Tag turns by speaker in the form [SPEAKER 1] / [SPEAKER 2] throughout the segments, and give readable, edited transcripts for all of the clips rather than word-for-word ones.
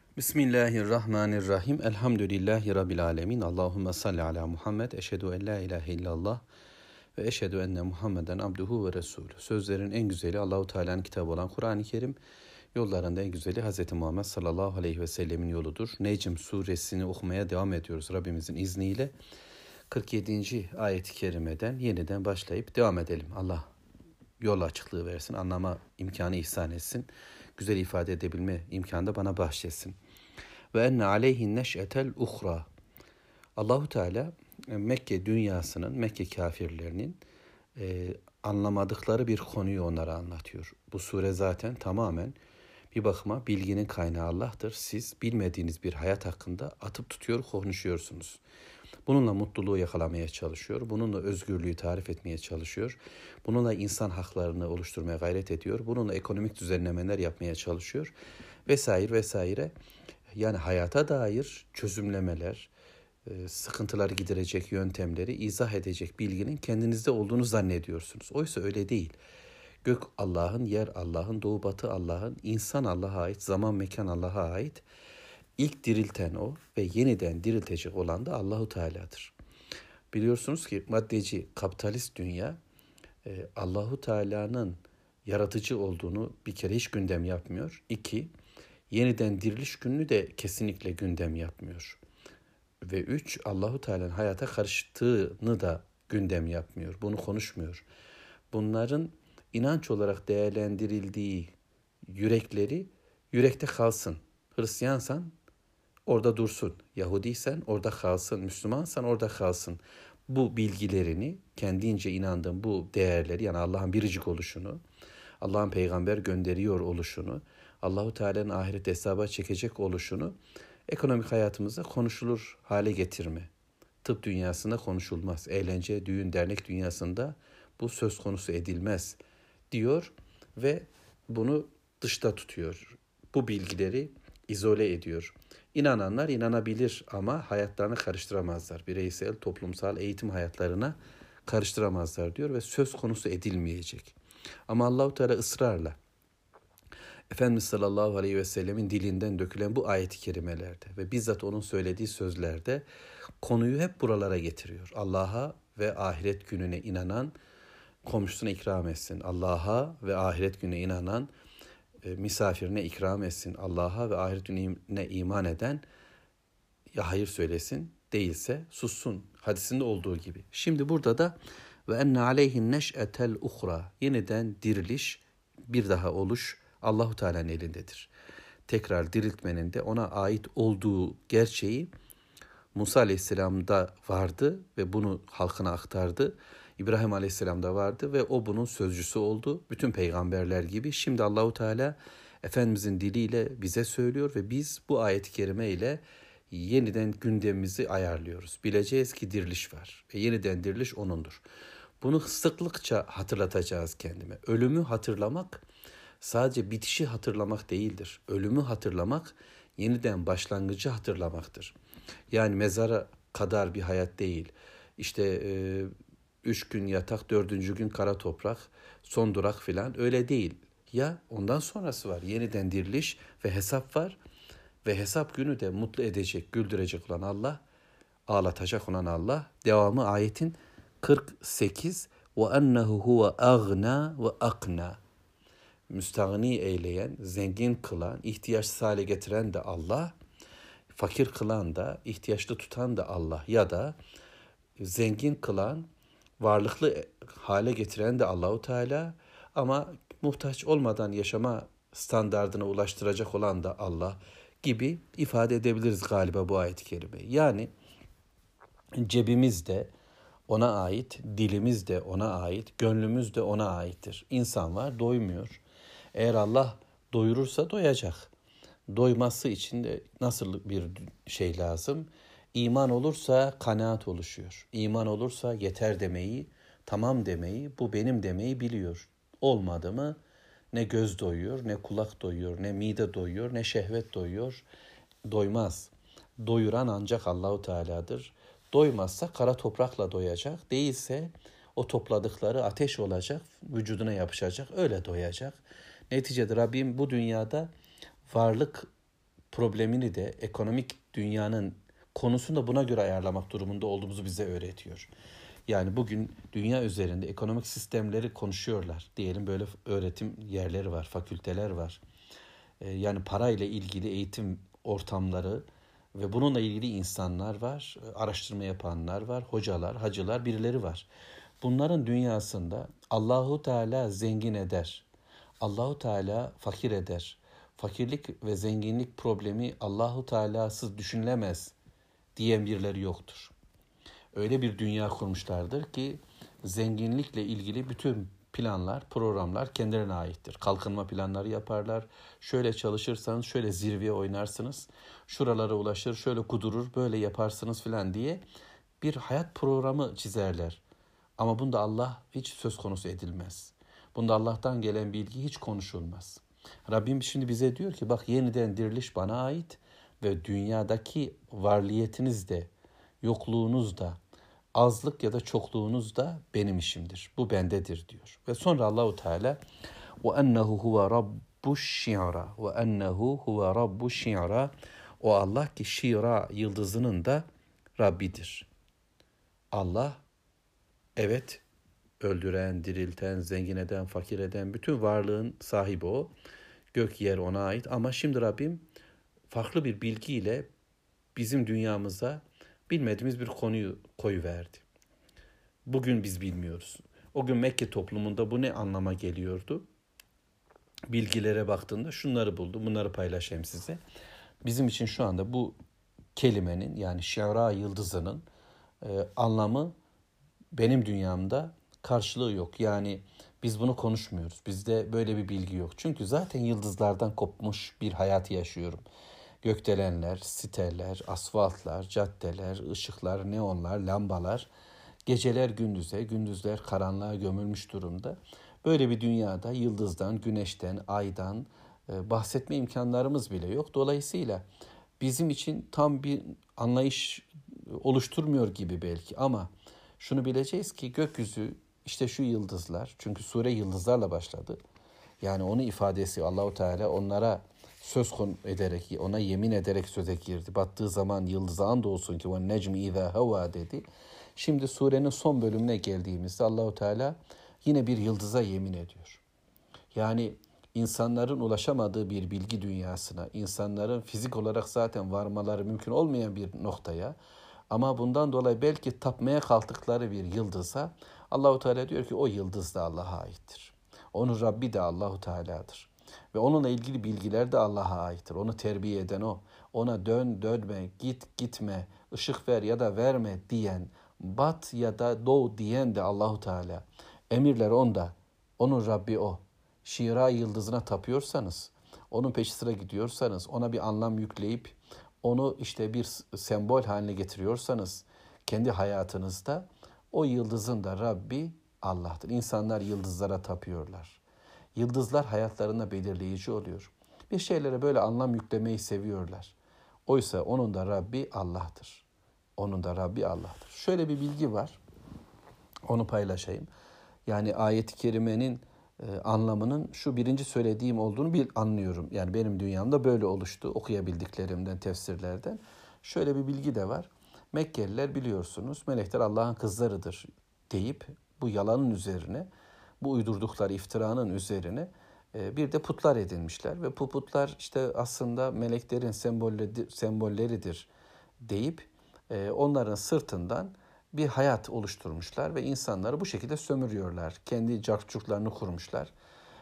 [SPEAKER 1] Bismillahirrahmanirrahim. Elhamdülillahi Rabbil alemin. Allahümme salli ala Muhammed. Eşhedü en la ilahe illallah ve eşhedü enne Muhammeden abduhu ve resulü. Sözlerin en güzeli Allahu Teala'nın kitabı olan Kur'an-ı Kerim. Yollarında en güzeli Hz. Muhammed sallallahu aleyhi ve sellemin yoludur. Necm suresini okumaya devam ediyoruz Rabbimizin izniyle. 47. ayet-i kerimeden yeniden başlayıp devam edelim. Allah yol açıklığı versin, anlama imkanı ihsan etsin. Güzel ifade edebilme imkanı da bana bahşetsin. Ve enne aleyhin neş'etel uhra. Allahu Teala Mekke dünyasının, Mekke kafirlerinin anlamadıkları bir konuyu onlara anlatıyor. Bu sure zaten tamamen bir bakıma bilginin kaynağı Allah'tır. Siz bilmediğiniz bir hayat hakkında atıp tutuyor, konuşuyorsunuz. Bununla mutluluğu yakalamaya çalışıyor. Bununla özgürlüğü tarif etmeye çalışıyor. Bununla insan haklarını oluşturmaya gayret ediyor. Bununla ekonomik düzenlemeler yapmaya çalışıyor. Vesaire vesaire. Yani hayata dair çözümlemeler, sıkıntıları giderecek yöntemleri izah edecek bilginin kendinizde olduğunu zannediyorsunuz. Oysa öyle değil. Gök Allah'ın, yer Allah'ın, doğu batı Allah'ın, insan Allah'a ait, zaman mekan Allah'a ait. İlk dirilten o ve yeniden diriltecek olan da Allahu Teala'dır. Biliyorsunuz ki maddeci, kapitalist dünya Allahu Teala'nın yaratıcı olduğunu bir kere hiç gündem yapmıyor. İki, yeniden diriliş gününü de kesinlikle gündem yapmıyor. Ve üç, Allahu Teala'nın hayata karıştığını da gündem yapmıyor. Bunu konuşmuyor. Bunların inanç olarak değerlendirildiği yürekleri yürekte kalsın. Hristiyansan orada dursun. Yahudiysen orada kalsın. Müslümansan orada kalsın. Bu bilgilerini, kendince inandığın bu değerleri, yani Allah'ın biricik oluşunu, Allah'ın peygamber gönderiyor oluşunu, Allahu Teala'nın ahirette hesaba çekecek oluşunu ekonomik hayatımızda konuşulur hale getirme. Tıp dünyasında konuşulmaz. Eğlence, düğün, dernek dünyasında bu söz konusu edilmez diyor ve bunu dışta tutuyor. Bu bilgileri izole ediyor. İnananlar inanabilir ama hayatlarını karıştıramazlar. Bireysel, toplumsal, eğitim hayatlarına karıştıramazlar diyor ve söz konusu edilmeyecek. Ama Allahu Teala ısrarla Efendimiz sallallahu aleyhi ve sellemin dilinden dökülen bu ayet-i kerimelerde ve bizzat onun söylediği sözlerde konuyu hep buralara getiriyor. Allah'a ve ahiret gününe inanan komşusuna ikram etsin. Allah'a ve ahiret gününe inanan misafirine ikram etsin. Allah'a ve ahiret gününe iman eden ya hayır söylesin, değilse sussun. Hadisinde olduğu gibi. Şimdi burada da ve enne aleyhin neş'etel uhra, yeniden diriliş, bir daha oluş Allahu Teala'nın elindedir. Tekrar diriltmenin de ona ait olduğu gerçeği Musa Aleyhisselam'da vardı ve bunu halkına aktardı. İbrahim Aleyhisselam'da vardı ve o bunun sözcüsü oldu. Bütün peygamberler gibi. Şimdi Allahu Teala Efendimizin diliyle bize söylüyor ve biz bu ayet-i kerime ile yeniden gündemimizi ayarlıyoruz. Bileceğiz ki diriliş var ve yeniden diriliş O'nundur. Bunu sıklıkça hatırlatacağız kendime. Ölümü hatırlamak sadece bitişi hatırlamak değildir. Ölümü hatırlamak yeniden başlangıcı hatırlamaktır. Yani mezara kadar bir hayat değil. İşte 3 gün yatak, 4. gün kara toprak, son durak filan, öyle değil. Ya ondan sonrası var. Yeniden diriliş ve hesap var. Ve hesap günü de mutlu edecek, güldürecek olan Allah, ağlatacak olan Allah. Devamı ayetin 48 ve ennehu huve agna ve akna. Müstahni eyleyen, zengin kılan, ihtiyaçsız hale getiren de Allah, fakir kılan da, ihtiyaçlı tutan da Allah, ya da zengin kılan, varlıklı hale getiren de Allahu Teala ama muhtaç olmadan yaşama standardına ulaştıracak olan da Allah gibi ifade edebiliriz galiba bu ayet-i kerimeyi. Yani cebimiz de ona ait, dilimiz de ona ait, gönlümüz de ona aittir. İnsan var, doymuyor. Eğer Allah doyurursa doyacak. Doyması için de nasıl bir şey lazım? İman olursa kanaat oluşuyor. İman olursa yeter demeyi, tamam demeyi, bu benim demeyi biliyor. Olmadı mı ne göz doyuyor, ne kulak doyuyor, ne mide doyuyor, ne şehvet doyuyor. Doymaz. Doyuran ancak Allahu Teala'dır. Doymazsa kara toprakla doyacak. Değilse o topladıkları ateş olacak, vücuduna yapışacak, öyle doyacak. Neticede Rabbim bu dünyada varlık problemini de ekonomik dünyanın konusunu da buna göre ayarlamak durumunda olduğumuzu bize öğretiyor. Yani bugün dünya üzerinde ekonomik sistemleri konuşuyorlar. Diyelim böyle öğretim yerleri var, fakülteler var. Yani parayla ilgili eğitim ortamları ve bununla ilgili insanlar var, araştırma yapanlar var, hocalar, hacılar, birileri var. Bunların dünyasında Allahu Teala zengin eder. Allahu Teala fakir eder. Fakirlik ve zenginlik problemi Allahu Teala'sız düşünülemez diyen birileri yoktur. Öyle bir dünya kurmuşlardır ki zenginlikle ilgili bütün planlar, programlar kendilerine aittir. Kalkınma planları yaparlar. Şöyle çalışırsanız şöyle zirveye oynarsınız. Şuralara ulaşır, şöyle kudurur, böyle yaparsınız filan diye bir hayat programı çizerler. Ama bunda Allah hiç söz konusu edilmez. Bunda Allah'tan gelen bilgi hiç konuşulmaz. Rabbim şimdi bize diyor ki bak yeniden diriliş bana ait ve dünyadaki varliyetiniz de, yokluğunuz da, azlık ya da çokluğunuz da benim işimdir. Bu bendedir diyor. Ve sonra Allahu Teala ve ennehu huve rabbuş şi'ra ve ennehu huve rabbuş şi'ra, o Allah ki şira yıldızının da Rabbidir. Allah evet öldüren, dirilten, zengin eden, fakir eden bütün varlığın sahibi o. Gök yer ona ait ama şimdi Rabbim farklı bir bilgiyle bizim dünyamıza bilmediğimiz bir konuyu koyuverdi. Bugün biz bilmiyoruz. O gün Mekke toplumunda bu ne anlama geliyordu? Bilgilere baktığında şunları buldum, bunları paylaşayım size. Bizim için şu anda bu kelimenin yani şiara yıldızının anlamı benim dünyamda karşılığı yok. Yani biz bunu konuşmuyoruz. Bizde böyle bir bilgi yok. Çünkü zaten yıldızlardan kopmuş bir hayat yaşıyorum. Gökdelenler, siteler, asfaltlar, caddeler, ışıklar, neonlar, lambalar, geceler gündüze, gündüzler karanlığa gömülmüş durumda. Böyle bir dünyada yıldızdan, güneşten, aydan bahsetme imkanlarımız bile yok. Dolayısıyla bizim için tam bir anlayış oluşturmuyor gibi belki ama şunu bileceğiz ki gökyüzü işte şu yıldızlar, çünkü sure yıldızlarla başladı. Yani onun ifadesi Allahu Teala onlara söz ederek, ona yemin ederek söze girdi. Battığı zaman yıldıza andolsun ki ve necmi izâ hevâ dedi. Şimdi surenin son bölümüne geldiğimizde Allahu Teala yine bir yıldıza yemin ediyor. Yani insanların ulaşamadığı bir bilgi dünyasına, insanların fizik olarak zaten varmaları mümkün olmayan bir noktaya ama bundan dolayı belki tapmaya kalktıkları bir yıldıza Allahu Teala diyor ki o yıldız da Allah'a aittir. Onun Rabbi de Allahu Teala'dır. Ve onunla ilgili bilgiler de Allah'a aittir. Onu terbiye eden o. Ona dön, dönme, git, gitme, ışık ver ya da verme diyen, bat ya da doğ diyen de Allahu Teala. Emirler onda. Onun Rabbi o. Şira yıldızına tapıyorsanız, onun peşi sıra gidiyorsanız, ona bir anlam yükleyip onu işte bir sembol haline getiriyorsanız kendi hayatınızda o yıldızın da Rabbi Allah'tır. İnsanlar yıldızlara tapıyorlar. Yıldızlar hayatlarında belirleyici oluyor. Bir şeylere böyle anlam yüklemeyi seviyorlar. Oysa onun da Rabbi Allah'tır. Onun da Rabbi Allah'tır. Şöyle bir bilgi var. Onu paylaşayım. Yani ayet-i kerimenin anlamının şu birinci söylediğim olduğunu anlıyorum. Yani benim dünyamda böyle oluştu okuyabildiklerimden, tefsirlerden. Şöyle bir bilgi de var. Mekkeliler biliyorsunuz melekler Allah'ın kızlarıdır deyip bu yalanın üzerine, bu uydurdukları iftiranın üzerine bir de putlar edinmişler. Ve bu putlar işte aslında meleklerin sembolleridir deyip onların sırtından bir hayat oluşturmuşlar ve insanları bu şekilde sömürüyorlar. Kendi carçurtlarını kurmuşlar.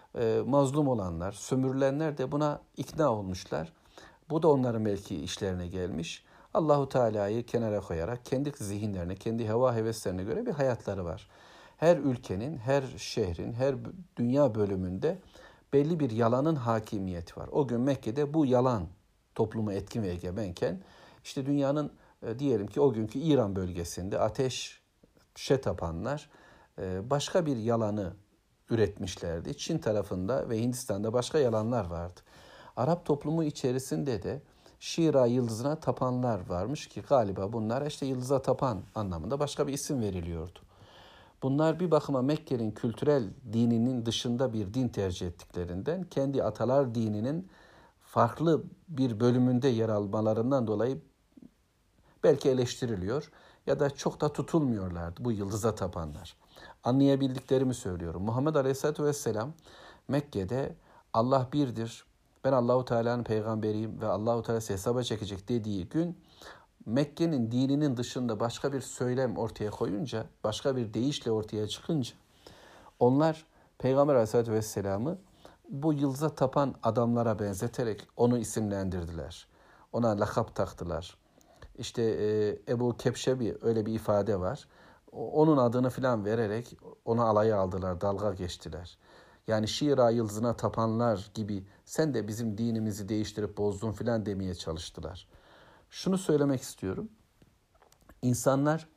[SPEAKER 1] Mazlum olanlar, sömürülenler de buna ikna olmuşlar. Bu da onların belki işlerine gelmiş. Allahu Teala'yı kenara koyarak kendi zihinlerine, kendi heva heveslerine göre bir hayatları var. Her ülkenin, her şehrin, her dünya bölümünde belli bir yalanın hakimiyeti var. O gün Mekke'de bu yalan toplumu etkin ve egemenken işte dünyanın diyelim ki o günkü İran bölgesinde ateşe tapanlar başka bir yalanı üretmişlerdi. Çin tarafında ve Hindistan'da başka yalanlar vardı. Arap toplumu içerisinde de Şira yıldızına tapanlar varmış ki galiba bunlar işte yıldıza tapan anlamında başka bir isim veriliyordu. Bunlar bir bakıma Mekke'nin kültürel dininin dışında bir din tercih ettiklerinden kendi atalar dininin farklı bir bölümünde yer almalarından dolayı belki eleştiriliyor ya da çok da tutulmuyorlardı bu yıldıza tapanlar. Anlayabildiklerimi söylüyorum. Muhammed Aleyhisselatü Vesselam Mekke'de Allah birdir, ben Allahu Teala'nın peygamberiyim ve Allahu Teala hesaba çekecek dediği gün Mekke'nin dininin dışında başka bir söylem ortaya koyunca, başka bir deyişle ortaya çıkınca onlar Peygamber Aleyhisselatü Vesselam'ı bu yıldıza tapan adamlara benzeterek onu isimlendirdiler. Ona lakap taktılar. İşte Ebu Kebşebi öyle bir ifade var. Onun adını filan vererek ona alaya aldılar, dalga geçtiler. Yani Şira yıldızına tapanlar gibi sen de bizim dinimizi değiştirip bozdun filan demeye çalıştılar. Şunu söylemek istiyorum. İnsanlar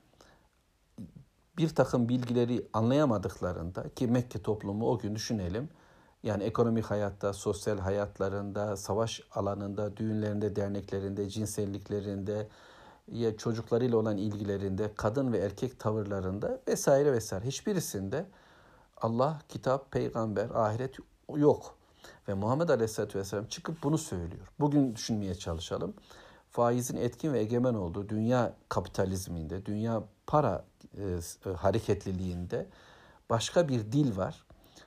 [SPEAKER 1] bir takım bilgileri anlayamadıklarında ki Mekke toplumu o gün düşünelim. Yani ekonomik hayatta, sosyal hayatlarında, savaş alanında, düğünlerinde, derneklerinde, cinselliklerinde, ya çocuklarıyla olan ilgilerinde, kadın ve erkek tavırlarında vesaire vesaire hiçbirisinde Allah, kitap, peygamber, ahiret yok. Ve Muhammed Aleyhisselatü Vesselam çıkıp bunu söylüyor. Bugün düşünmeye çalışalım. Faizin etkin ve egemen olduğu dünya kapitalizminde, dünya para hareketliliğinde başka bir dil var.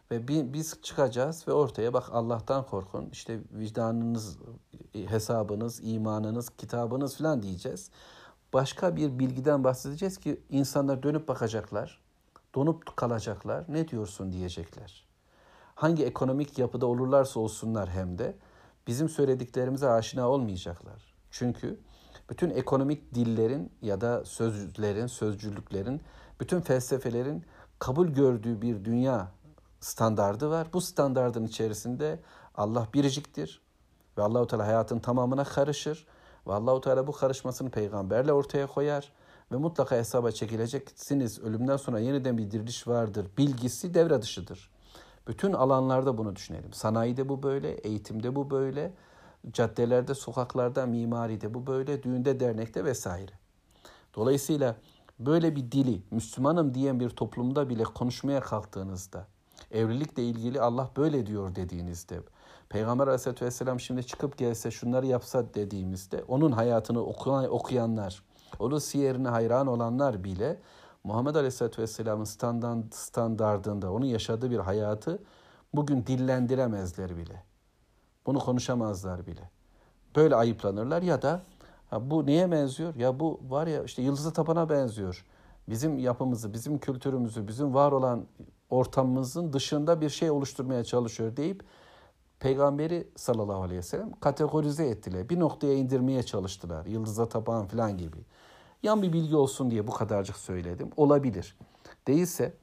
[SPEAKER 1] Ve biz çıkacağız ve ortaya bak Allah'tan korkun, işte vicdanınız, hesabınız, imanınız, kitabınız falan diyeceğiz. Başka bir bilgiden bahsedeceğiz ki insanlar dönüp bakacaklar, donup kalacaklar, ne diyorsun diyecekler. Hangi ekonomik yapıda olurlarsa olsunlar hem de bizim söylediklerimize aşina olmayacaklar. Çünkü bütün ekonomik dillerin ya da sözlerin, sözcülüklerin, bütün felsefelerin kabul gördüğü bir dünya standardı var. Bu standardın içerisinde Allah biriciktir ve Allahu Teala hayatın tamamına karışır ve Allahu Teala bu karışmasını peygamberle ortaya koyar ve mutlaka hesaba çekileceksiniz. Ölümden sonra yeniden bir diriliş vardır. Bilgisi devre dışıdır. Bütün alanlarda bunu düşünelim. Sanayide bu böyle, eğitimde bu böyle, caddelerde, sokaklarda, mimaride bu böyle, düğünde, dernekte vesaire. Dolayısıyla böyle bir dili Müslümanım diyen bir toplumda bile konuşmaya kalktığınızda, evlilikle ilgili Allah böyle diyor dediğinizde, Peygamber Aleyhisselatü Vesselam şimdi çıkıp gelse şunları yapsa dediğimizde, onun hayatını okuyanlar, onun siyerine hayran olanlar bile Muhammed Aleyhisselatü Vesselam'ın standardında, onun yaşadığı bir hayatı bugün dillendiremezler bile. Bunu konuşamazlar bile. Böyle ayıplanırlar ya da bu neye benziyor? Ya bu var ya işte yıldızı tapana benziyor. Bizim yapımızı, bizim kültürümüzü, bizim var olan ortamımızın dışında bir şey oluşturmaya çalışıyor deyip Peygamberi sallallahu aleyhi ve sellem kategorize ettiler. Bir noktaya indirmeye çalıştılar. Yıldıza tapan falan gibi. Yan bir bilgi olsun diye bu kadarcık söyledim. Olabilir. Değilse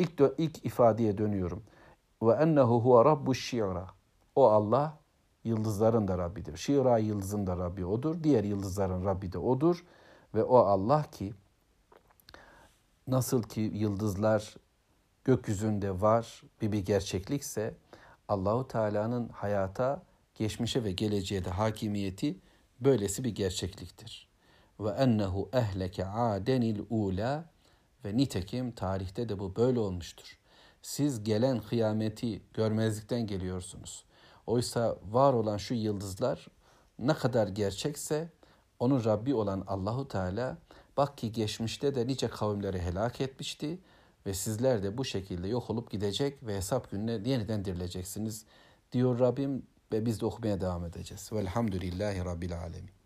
[SPEAKER 1] ilk ifadeye dönüyorum. Ve ennehu huve rabbuş şi'ra. O Allah yıldızların da Rabbidir. Şi'ra yıldızın da Rabbi odur. Diğer yıldızların Rabbi de odur. Ve o Allah ki nasıl ki yıldızlar gökyüzünde var bir gerçeklikse Allahu Teala'nın hayata, geçmişe ve geleceğe de hakimiyeti böylesi bir gerçekliktir. Ve ennehu ehleke adenil ula ve nitekim tarihte de bu böyle olmuştur. Siz gelen kıyameti görmezlikten geliyorsunuz. Oysa var olan şu yıldızlar ne kadar gerçekse onun Rabbi olan Allahu Teala bak ki geçmişte de nice kavimleri helak etmişti ve sizler de bu şekilde yok olup gidecek ve hesap gününe yeniden dirileceksiniz diyor Rabbim ve biz de okumaya devam edeceğiz. Velhamdülillahi Rabbil Alemin.